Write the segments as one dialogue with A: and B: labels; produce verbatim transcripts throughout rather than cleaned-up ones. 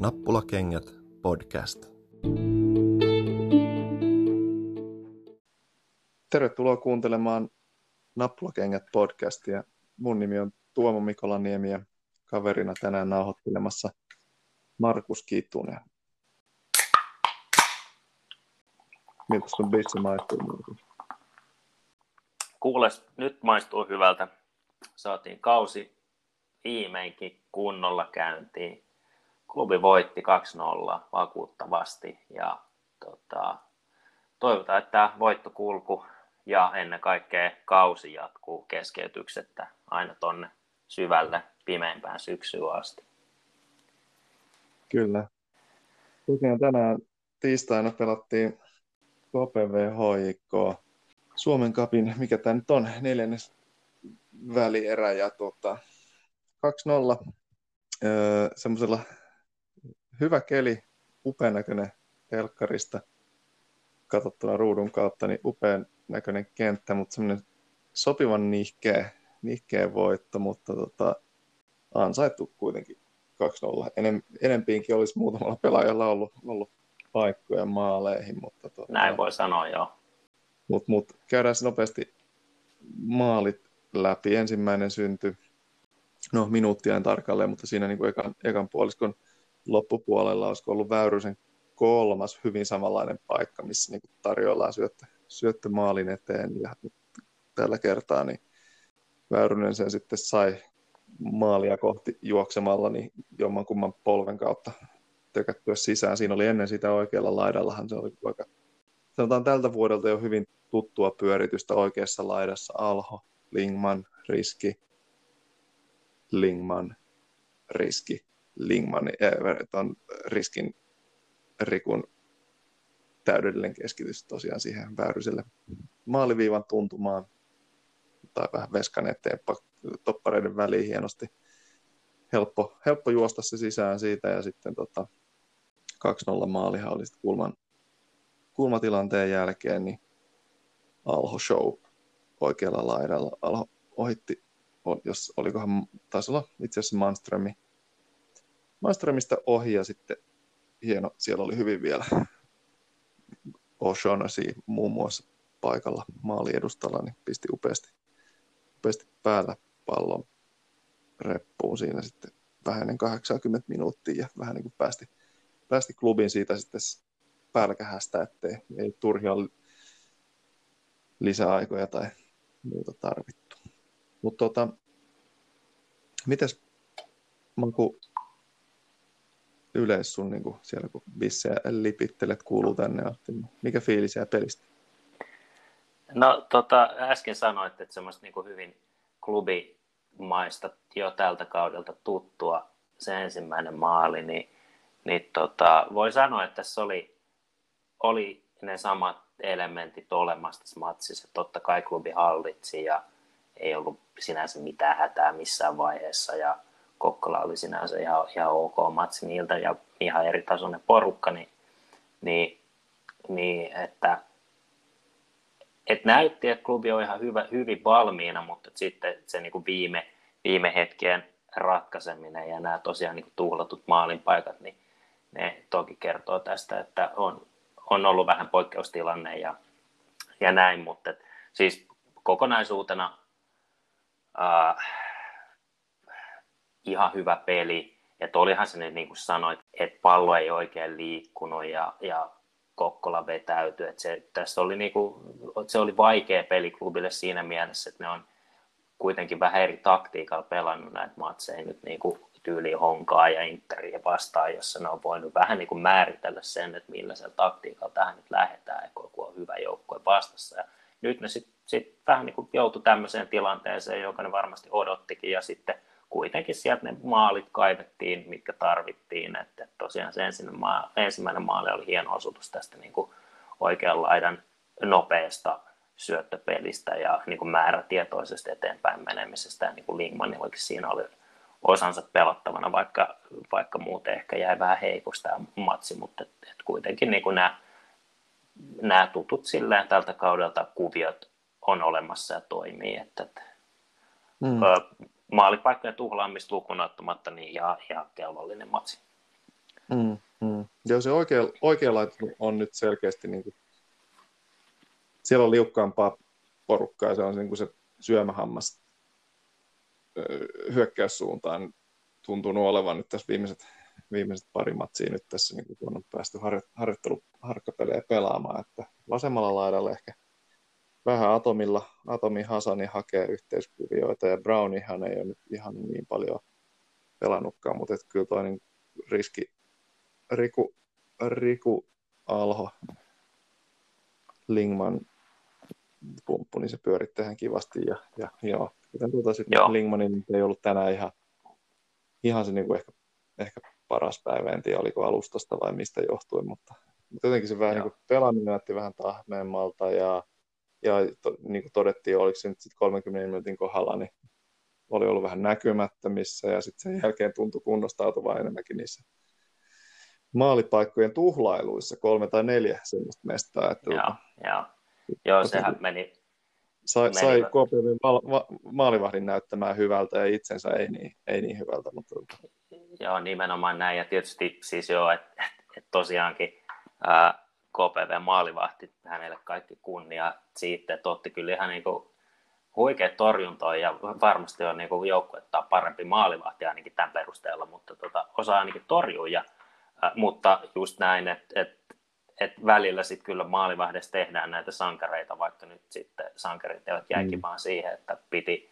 A: Nappulakengät podcast.
B: Tervetuloa kuuntelemaan Nappulakengät podcastia. Mun nimi on Tuomo Mikolaniemi ja kaverina tänään nauhoittelemassa Markus Kitunen. Miltä sun biisi maistuu?
C: Kuules, nyt maistuu hyvältä. Saatiin kausi viimeinkin kunnolla käyntiin. Klubi voitti kaksi nolla vakuuttavasti ja tota, toivotaan, että tämä voittokulku ja ennen kaikkea kausi jatkuu keskeytyksettä aina tonne syvälle pimeimpään syksyyn asti.
B: Kyllä. Tosiaan tänään tiistaina pelattiin K P V H J K Suomen Cupin, mikä tämä nyt on, neljännes välierä ja tota, kaksi nolla öö, semmoisella hyvä keli, upean näköinen telkkarista katsottuna ruudun kautta, niin upean näköinen kenttä, mutta semmoinen sopivan nihkeä, nihkeä voitto, mutta tota, ansaittu kuitenkin kaksi nolla. Enem, enempiinkin olisi muutamalla pelaajalla ollut, ollut paikkoja maaleihin. Mutta tota,
C: näin voi sanoa, joo.
B: Mutta mut, käydään nopeasti maalit läpi. Ensimmäinen syntyi, no minuuttia en tarkalleen, mutta siinä niin kuin ekan, ekan puoliskon loppupuolella olisiko ollut Väyrysen kolmas hyvin samanlainen paikka, missä niin kuin tarjoillaan syöttö, syöttö maalin eteen. Ja tällä kertaa niin Väyrynen sen sitten sai maalia kohti juoksemalla niin jommankumman polven kautta tökättyä sisään. Siinä oli ennen sitä oikealla laidallahan se oli aika, sanotaan tältä vuodelta jo hyvin tuttua pyöritystä oikeassa laidassa. Alho, Lingman, Riski, Lingman, Riski, Lingman, äh, Riskin Rikun täydellinen keskitys tosiaan siihen Väyryselle maaliviivan tuntumaan tai vähän veskan eteen toppareiden väliin hienosti. Helppo, helppo juosta se sisään siitä ja sitten tota, kaksi nolla maalihan oli sitten kulman, kulmatilanteen jälkeen, niin Alho show oikealla laidalla. Alho ohitti, jos olikohan, taisi olla itse asiassa Manströmi. Manströmistä ohi ja sitten hieno, siellä oli hyvin vielä O'Shaughnessy muun muassa paikalla maaliedustalla, niin pisti upeasti, upeasti päällä pallon reppuun siinä sitten vähän ennen kahdeksankymmentä minuuttia ja vähän niin kuin päästi, päästi klubin siitä sitten pälkähästä, ettei ei turhia lisäaikoja tai muuta tarvittu. Mutta tota, mites Maku yleis sun niin kuin siellä kun bissejä lipittelet kuuluu tänne asti, mikä fiilis jää pelistä?
C: No tota, äsken sanoit, että semmoista niin kuin hyvin klubimaista jo tältä kaudelta tuttua se ensimmäinen maali, niin, niin tota, voi sanoa, että tässä oli, oli ne samat elementit olemassa tässä matsissa. Totta kai klubi hallitsi ja ei ollut sinänsä mitään hätää missään vaiheessa ja Kokkola oli sinänsä ihan, ihan ok matsi niiltä ja ihan eri tasoinen porukka, niin, niin, niin että et näytti, että klubi on ihan hyvä, hyvin valmiina, mutta sitten se niin kuin viime, viime hetkien ratkaiseminen ja nämä tosiaan niin kuin tuhlatut maalinpaikat, niin ne toki kertoo tästä, että on, on ollut vähän poikkeustilanne ja, ja näin, mutta et, siis kokonaisuutena äh, ihan hyvä peli, että olihan se nyt niin kuin sanoit, että pallo ei oikein liikkunut ja, ja Kokkola vetäytyi, että se, tässä oli niin kuin, se oli vaikea peli klubille siinä mielessä, että ne on kuitenkin vähän eri taktiikalla pelannut näitä matseja nyt niin kuin tyyliin Honkaa ja Interiä vastaan, jossa ne on voinut vähän niin kuin määritellä sen, että millaisella taktiikalla tähän nyt lähdetään, kun on hyvä joukkue vastassa. Ja nyt ne sitten sit vähän niin kuin joutui tämmöiseen tilanteeseen, joka ne varmasti odottikin, ja sitten kuitenkin sieltä ne maalit kaivettiin, mitkä tarvittiin. Että tosiaan se ensimmäinen maali, ensimmäinen maali oli hieno osoitus tästä niin kuin oikean laidan nopeasta syöttöpelistä ja niin kuin määrätietoisesta eteenpäin menemisestä. Ja niin kuin Lingmanillakin siinä oli osansa pelattavana, vaikka, vaikka muuten ehkä jäi vähän heikoksi tämä matsi, mutta et, et kuitenkin niin kuin nämä, nämä tutut silleen tältä kaudelta kuviot on olemassa ja toimii. Että, että, mm. ö, maalipaikkojen tuhlaamista lukuun ottamatta niin ihan, ihan kelvollinen matsi.
B: Mm, mm. Joo, se oikea, oikea laita on nyt selkeästi, niin kuin, siellä on liukkaampaa porukkaa, se on niin kuin se syömähammas öö, hyökkäyssuuntaan tuntunut olevan nyt tässä viimeiset, viimeiset pari matsia nyt tässä, niin kun on päästy harjo, harjoittelu, harkkapelejä pelaamaan, että vasemmalla laidalla ehkä vähän Atomilla, Atomi Hasani hakee yhteiskuvioita ja Brownihan ei ole nyt ihan niin paljon pelannutkaan, mutta et kyllä toi niin riski Riku, Riku Alho Lingman pumppu, niin se pyöritti ihan kivasti ja, ja joo, kuten totesin, Lingmanin ei ollut tänään ihan, ihan se niin kuin ehkä, ehkä paras päivä, en tiedä oliko alustasta vai mistä johtuen, mutta, mutta jotenkin se vähän niin kuin pelaaminen näytti vähän tahmeemmalta ja, ja to, niin kuin todettiin, oliko se nyt sitten kolmenkymmenen minuutin kohdalla, niin oli ollut vähän näkymättömissä ja sitten sen jälkeen tuntui kunnostautuvan enemmänkin niissä maalipaikkojen tuhlailuissa, kolme tai neljä semmoista mestaa. Että
C: joo, joo. joo, sehän meni.
B: Sai, sai K P V:n val, va, maalivahdin näyttämään hyvältä ja itsensä ei niin, ei niin hyvältä. Mutta...
C: Joo, nimenomaan näin. Ja tietysti siis joo, että et tosiaankin ää, K P V:n maalivahti, hänelle kaikki kunnia siitä, että otti kyllä ihan niinku huikea torjuntoa ja varmasti on niinku joukkuetta parempi maalivahti ainakin tämän perusteella, mutta tota, osaa ainakin torjua. Ja, ää, mutta just näin, että et, et välillä sitten kyllä maalivahdessa tehdään näitä sankareita, vaikka nyt sitten sankarit eivät jäikin mm. vaan siihen, että piti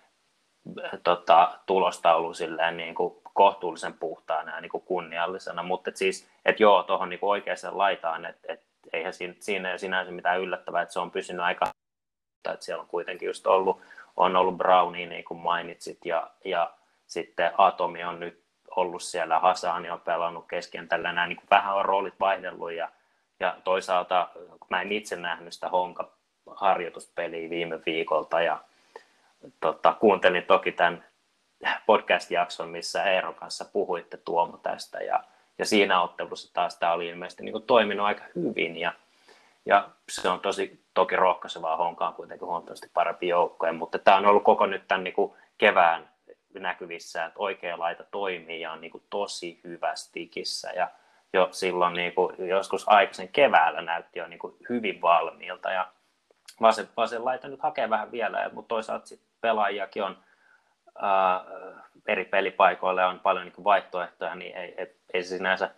C: tota, tulostaulu silleen niin kuin kohtuullisen puhtaana ja niin kuin kunniallisena, mutta et siis, että joo, tuohon niin oikeaan laitaan, että et, eihän siinä, siinä ei sinänsä mitään yllättävää, että se on pysynyt aika, että siellä on kuitenkin just ollut, on ollut Brownie, niin kuin mainitsit, ja, ja sitten Atomi on nyt ollut siellä, Hasani on pelannut keskentällä, nämä niin kuin vähän on roolit vaihdellut, ja, ja toisaalta mä en itse nähnyt sitä Honka-harjoituspeliä viime viikolta, ja Tota, kuuntelin toki tämän podcast-jakson, missä Eeron kanssa puhuitte Tuomo tästä, ja, ja siinä ottelussa taas tämä oli ilmeisesti niin kuin toiminut aika hyvin, ja, ja se on tosi toki rohkaisevaa, Honka on kuitenkin huomattavasti parempi joukkoja, mutta tämä on ollut koko nyt tämän niin kuin kevään näkyvissä, että oikea laita toimii ja on niin kuin tosi hyvä stikissä, ja jo silloin niin kuin joskus aikaisen keväällä näytti jo niin kuin hyvin valmiilta, ja vasen, vasen laita nyt hakee vähän vielä, mutta toisaalta sit pelaajiakin on ää, eri pelipaikoilla ja on paljon niin kuin vaihtoehtoja, niin ei, ei, ei se sinänsä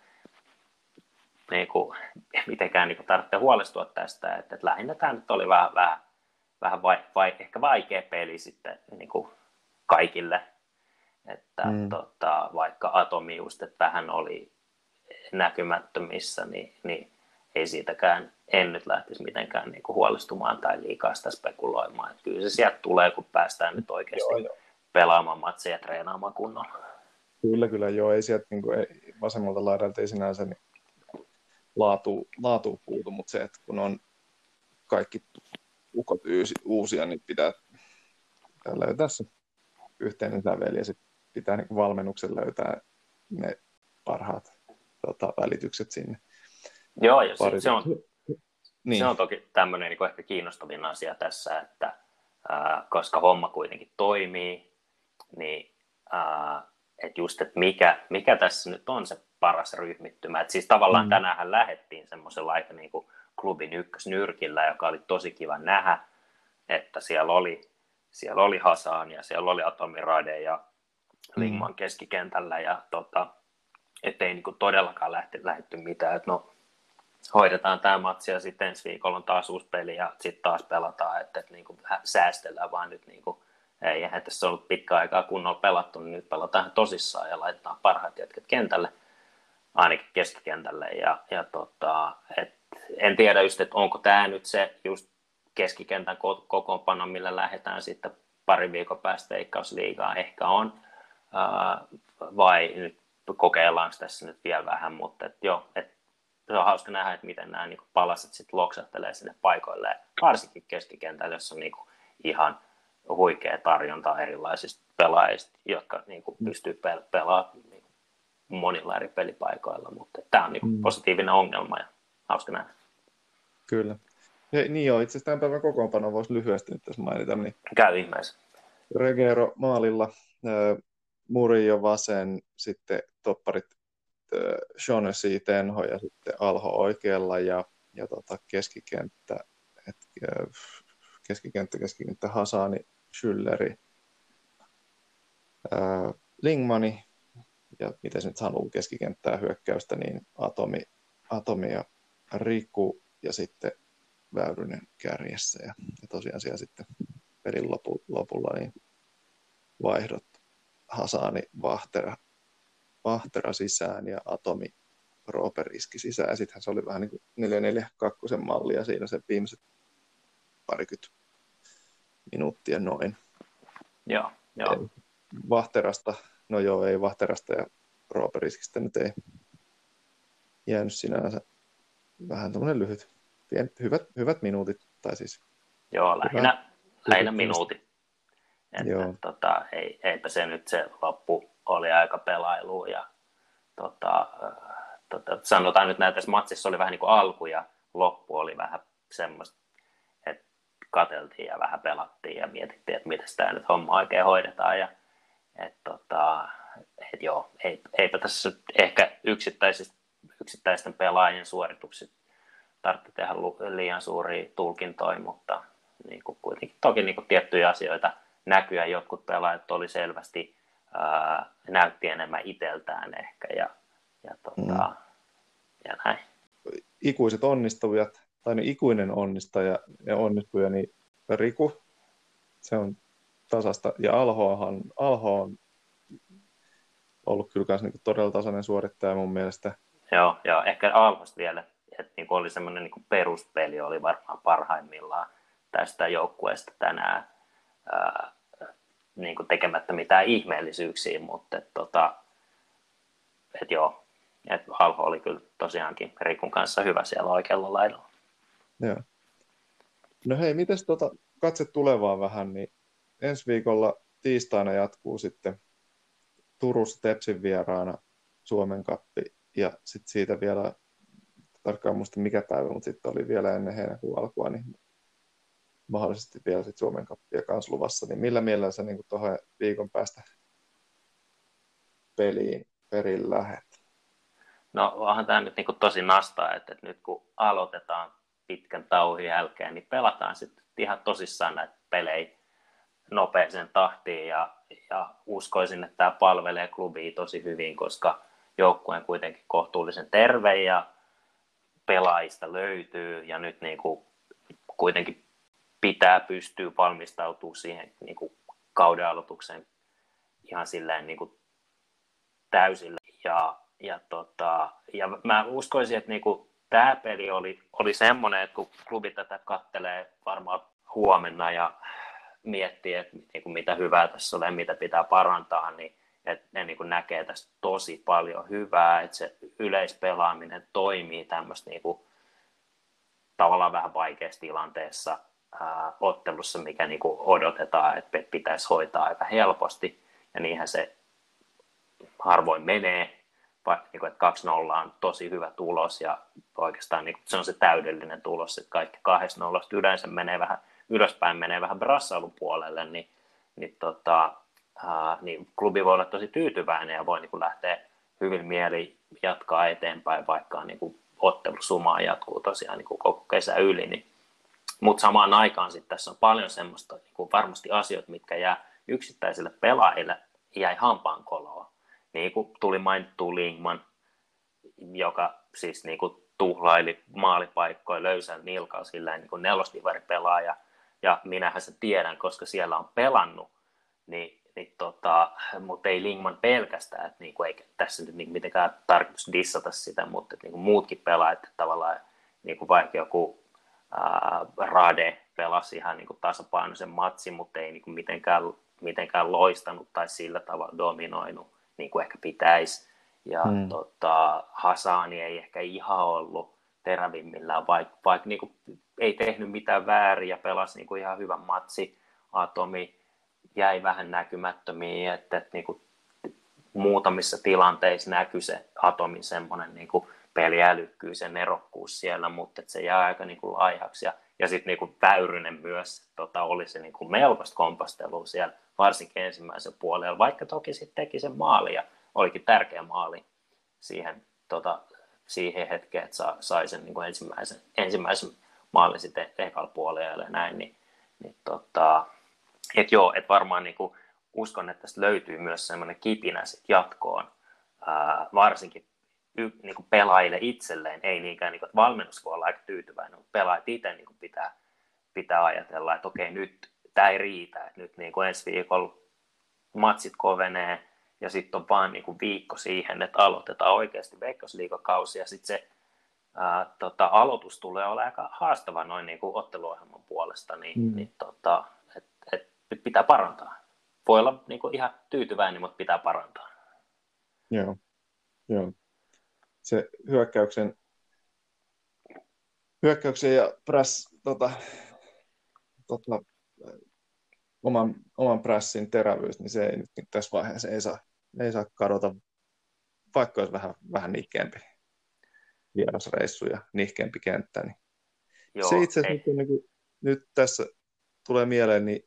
C: niin kuin, mitenkään niin kuin tarvitse huolestua tästä. Että, että lähinnä tämä nyt oli vähän, vähän, vähän vai, vai, ehkä vaikea peli sitten niin kuin kaikille. Että, mm. tota, vaikka Atomi just, että vähän oli näkymättömissä, niin, niin ei siitäkään en nyt lähtisi mitenkään niinku huolestumaan tai liikaa sitä spekuloimaan. Että kyllä se sieltä tulee, kun päästään nyt oikeasti joo, joo. pelaamaan matseja ja treenaamaan kunnolla.
B: Kyllä, kyllä joo. Ei sieltä niin kuin, ei, vasemmalta laidalta ei sinänsä niin laatu, laatu puutu, mutta se, että kun on kaikki ukot uusia, niin pitää, pitää löytää se yhteinen säveli ja sitten pitää niin kuin valmennuksen löytää ne parhaat tota, välitykset sinne.
C: Joo, ja se, se, on, niin. se on toki tämmöinen niin ehkä kiinnostavin asia tässä, että ää, koska homma kuitenkin toimii, niin ää, että just, että mikä, mikä tässä nyt on se paras ryhmittymä. Et siis tavallaan mm. tänäänhän lähdettiin semmoisella aika niin kuin klubin ykkösnyrkillä, joka oli tosi kiva nähdä, että siellä oli, siellä oli Hasan ja siellä oli Atomi Rade ja Lingman mm. keskikentällä, ja tota, ettei niin kuin todellakaan lähti, lähdetty mitään, että no hoidetaan tämä matsi ja sitten ensi viikolla on taas uusi peli ja sitten taas pelataan, että, että niin kuin säästellään vaan nyt, niin kuin, ei eihän tässä ollut pitkä aikaa kunnolla pelattu, niin nyt pelataan tosissaan ja laitetaan parhaat jätket kentälle, ainakin keskikentälle, ja, ja tota, et, en tiedä just, että onko tämä nyt se just keskikentän kokoonpano, millä lähdetään sitten pari viikon päästä Veikkausliigaan, ehkä on, ää, vai nyt kokeillaanko tässä nyt vielä vähän, mutta et joo, et se on hauska nähdä, että miten nämä niin palaset sitten loksattelee sinne paikoilleen, varsinkin keskikentällä, jossa on niin ihan huikea tarjonta erilaisista pelaajista, jotka niin pystyy pel- pelaamaan niin monilla eri pelipaikoilla, mutta tämä on niin mm. positiivinen ongelma ja hauska nähdä.
B: Kyllä. Ja, niin joo, itse asiassa tämän päivän kokoonpano voisi lyhyesti nyt tässä mainita. Niin
C: käy ihmeessä.
B: Regero maalilla, äh, Murillo vasen, sitten topparit Shaughnessy, Tenho ja sitten Alho oikealla ja, ja tota keskikenttä, et, keskikenttä, keskikenttä Hasani, Schülleri, ää, Lingmani ja miten se nyt haluaa keskikenttää hyökkäystä, niin Atomi, Atomi ja Riku ja sitten Väyrynen kärjessä ja, ja tosiaan siellä sitten pelin lopu, lopulla niin vaihdot Hasani, Vahtera, Vahtera sisään ja Atomi, Roope-riski sisään. Ja sittenhän se oli vähän niin kuin neljä neljä kaksi malli ja siinä se viimeiset parikymmentä minuuttia noin.
C: Joo, joo.
B: Vahterasta, no joo, ei Vahterasta ja Roope-riskistä nyt ei jäänyt sinänsä vähän tämmöinen lyhyt, pienet, hyvät, hyvät minuutit. Tai siis
C: joo, lähinnä, lähinnä minuutit. Että,
B: joo.
C: Tota, ei, eipä se nyt se loppu oli aika pelailu ja tota, tota, sanotaan nyt näin, tässä matsissa oli vähän niin kuin alku ja loppu oli vähän semmoista, että katseltiin ja vähän pelattiin ja mietittiin, että miten tämä nyt homma oikein hoidetaan ja et, tota, et joo, ei, eipä tässä ehkä yksittäisistä, yksittäisten pelaajien suoritukset tarvitse tehdä liian suuria tulkintoja, mutta niin kuin kuitenkin toki niin kuin tiettyjä asioita näkyy ja jotkut pelaajat oli selvästi ää, näytti enemmän itseltään ehkä ja, ja, tota, mm. ja näin.
B: Ikuiset onnistujat, tai ne ikuinen onnistaja ja onnistuja, niin Riku, se on tasasta, ja Alhohan, Alho on ollut kyllä myös niin todella tasainen suorittaja mun mielestä.
C: Joo, joo ehkä Alhosta vielä, että niin oli semmoinen niin peruspeli oli varmaan parhaimmillaan tästä joukkueesta tänään. Ää, niin kuin tekemättä mitään ihmeellisyyksiä, mutta et, tota, et joo, et Alho oli kyllä tosiaankin Rikun kanssa hyvä siellä oikealla laidalla.
B: Joo. No hei, mites tota, katse tulevaan vähän, niin ensi viikolla tiistaina jatkuu sitten Turussa Tepsin vieraana Suomen Cuppi ja sitten siitä vielä, tarkkaan muista mikä päivä, mutta sitten oli vielä ennen heinäkuun alkua, niin mahdollisesti vielä sit Suomen Cupia kanssa luvassa, niin millä mielellä sä niin tuohon viikon päästä peliin perin lähet?
C: No onhan tämä nyt niin kuin tosi nastaa, että, että nyt kun aloitetaan pitkän tauon jälkeen, niin pelataan sitten ihan tosissaan näitä pelejä nopeeseen tahtiin ja, ja uskoisin, että tämä palvelee klubia tosi hyvin, koska joukkue on kuitenkin kohtuullisen terve ja pelaajista löytyy ja nyt niin kuin kuitenkin pitää pystyä valmistautumaan siihen niin kuin kauden aloitukseen ihan silleen niin kuin täysillä. Ja, ja, tota, ja mä uskoisin, että niin kuin tämä peli oli, oli semmoinen, että kun klubi tätä kattelee varmaan huomenna ja miettii, että niin kuin mitä hyvää tässä on ja mitä pitää parantaa, niin että ne niin kuin näkee tästä tosi paljon hyvää, että se yleispelaaminen toimii tämmöistä niin kuin tavallaan vähän vaikeassa tilanteessa ää, ottelussa, mikä niin kuin odotetaan, että pitäisi hoitaa aika helposti, ja niinhän se harvoin menee, vaikka niin kuin, että kaksi nolla on tosi hyvä tulos, ja oikeastaan niin kuin, se on se täydellinen tulos, että kaikki kahdesta nollasta yleensä menee vähän ylöspäin, menee vähän brassailun puolelle, niin, niin, tota, ää, niin klubi voi olla tosi tyytyväinen ja voi niin kuin, lähteä hyvin mieli jatkaa eteenpäin, vaikka niin kuin, ottelusuma jatkuu tosiaan niin kuin koko kesä yli, niin, mutta samaan aikaan sitten tässä on paljon semmoista niin kuin varmasti asioita, mitkä jää yksittäisille pelaajille jäi hampaankoloa. Niin kuin tuli mainittua Lingman, joka siis niin kuin tuhlaili maalipaikkoja löysän nilkalla sillä niin kuin nelosdivaripelaaja, ja minähän sen tiedän, koska siellä on pelannut, niin, niin tota, mutta ei Lingman pelkästään, että niin kuin, eikä tässä nyt niin mitenkään tarkoitus dissata sitä, mutta että, niin kuin muutkin pelaajat tavallaan, niin kuin vaikka joku ää, Rade pelasi ihan niin kuin tasapainoisen matsin, mutta ei niin kuin mitenkään, mitenkään loistanut tai sillä tavalla dominoinut, niin kuin ehkä pitäisi. Ja hmm. tota, Hasani ei ehkä ihan ollut terävimmillään, vaikka vaik, niin kuin, ei tehnyt mitään väärin ja pelasi niin kuin ihan hyvän matsi. Atomi jäi vähän näkymättömiin, että, että niin kuin, muutamissa tilanteissa näkyi se Atomin semmoinen niin kuin peliälykkyys ja nerokkuus siellä, mutta että se jää aika niin kuin laihaksi. Ja, ja sitten niin Väyrynen myös tota, oli se niin kuin melkoista kompastelua siellä, varsinkin ensimmäisen puolella, vaikka toki sitten teki sen maali ja olikin tärkeä maali siihen, tota, siihen hetkeen, että sa, sai sen niin kuin ensimmäisen, ensimmäisen maalin sitten ekalla puolella ja näin, niin, niin tota, et joo, et varmaan niin kuin, uskon, että tästä löytyy myös semmoinen kipinä sit jatkoon, ää, varsinkin y, niin kuin pelaajille itselleen, ei niinkään, niin kuin, että valmennus voi olla aika tyytyväinen, mutta pelaajat itse niin kuin pitää, pitää ajatella, että okei, nyt tämä ei riitä, että nyt niin kuin ensi viikolla matsit kovenee, ja sitten on vaan niin kuin viikko siihen, että aloitetaan oikeasti Veikkausliigakausi, ja sitten se ää, tota, aloitus tulee olla aika haastava noin niin kuin otteluohjelman puolesta, niin, mm. niin tota, et, et pitää parantaa. Voi olla niin kuin ihan tyytyväinen, mutta pitää parantaa.
B: Joo, joo. Se hyökkäyksen, hyökkäyksen ja press, tota, tota, oman, oman pressin terävyys, niin se ei nyt tässä vaiheessa ei saa, ei saa kadota, vaikka olisi vähän, vähän nihkeämpi vierasreissu ja nihkeämpi kenttä. Niin joo, se itse asiassa nyt, niin kuin, nyt tässä tulee mieleen, niin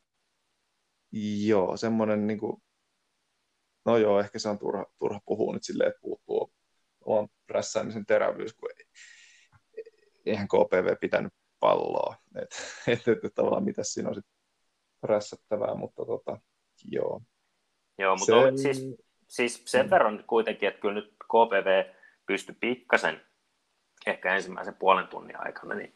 B: joo, semmoinen, niin kuin, no joo, ehkä se on turha, turha puhua nyt silleen, että puuttuu oman prässäämisen terävyys, kun ei, eihän K P V pitänyt palloa, että et, et, et, tavallaan mitä siinä on sitten prässättävää, mutta tota, joo.
C: Joo, mutta se... oli, siis, siis sen mm. verran kuitenkin, että kyllä nyt K P V pystyi pikkasen ehkä ensimmäisen puolen tunnin aikana niin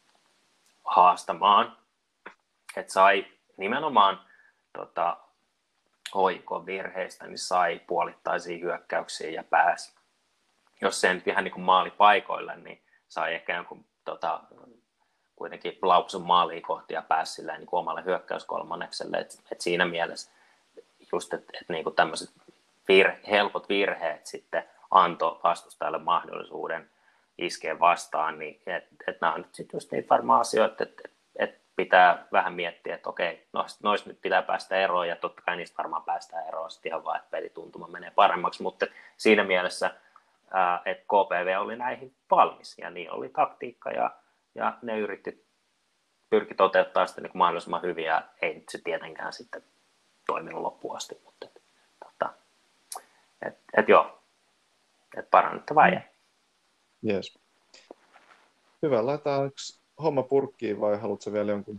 C: haastamaan, että sai nimenomaan tota, Hoikon virheistä, niin sai puolittaisia hyökkäyksiä ja pääsi. Jos se nyt ihan niin kuin maalipaikoille, niin sai ehkä jonkun tota, kuitenkin lauksun maaliin kohti ja pääsi silleen, niin kuin omalle hyökkäyskolmannekselle. Et, et siinä mielessä just, että et, niin kuin tämmöiset virhe, helpot virheet sitten antoi vastustajalle mahdollisuuden iskeä vastaan, niin että et nämä on nyt sitten just niitä varmaan asioita, että et, et pitää vähän miettiä, että okei, noista, noista nyt pitää päästä eroon, ja totta kai niistä varmaan päästään eroon sitten ihan vaan, että pelituntuma menee paremmaksi, mutta siinä mielessä, ää, että K P V oli näihin valmis, ja niin oli taktiikka, ja, ja ne yritti, pyrki toteuttaa sitä niin kuin mahdollisimman hyvin, ja ei nyt se tietenkään sitten toiminut loppuun asti, mutta et, tota, et, et joo, että parannettavaa jäi.
B: Yes. Hyvä, laitetaan yksi homma purkkiin vai haluatko vielä jonkun?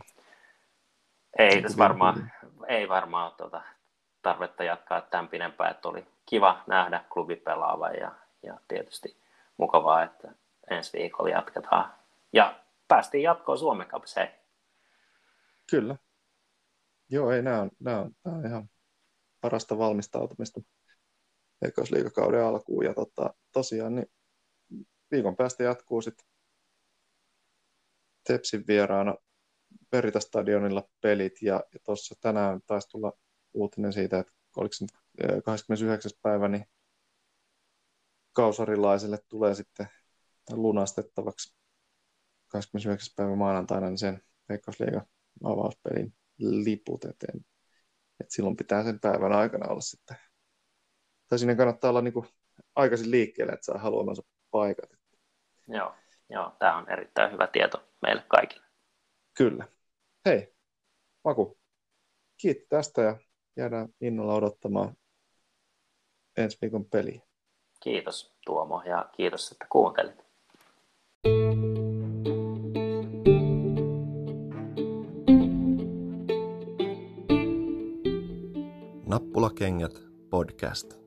C: Ei tässä varmaan, ei varmaan tuota, tarvetta jatkaa tämän pidempään, että oli kiva nähdä klubi pelaavan ja, ja tietysti mukavaa, että ensi viikolla jatketaan. Ja päästiin jatkoon Suomen Cupissa.
B: Kyllä. Joo, ei, nämä on, nämä on, nämä on ihan parasta valmistautumista Veikkausliigakauden alkuun. Ja tota, tosiaan niin viikon päästä jatkuu sitten Tepsin vieraana Verita-stadionilla pelit, ja, ja tuossa tänään taisi tulla uutinen siitä, että oliko se kahdeskymmenesyhdeksäs päivä, niin kausarilaisille tulee sitten lunastettavaksi kahdeskymmenesyhdeksäs päivä maanantaina niin sen Veikkausliigan avauspelin liput eteen. Et silloin pitää sen päivän aikana olla sitten, tai sinne kannattaa olla niinku aikaisin liikkeelle, että saa haluamansa paikat.
C: Joo, joo, tämä on erittäin hyvä tieto meille kaikille.
B: Kyllä. Hei, Maku, kiitos tästä ja jäädään innolla odottamaan ensi viikon peliä.
C: Kiitos Tuomo ja kiitos, että kuuntelit.
A: Nappulakengät podcast.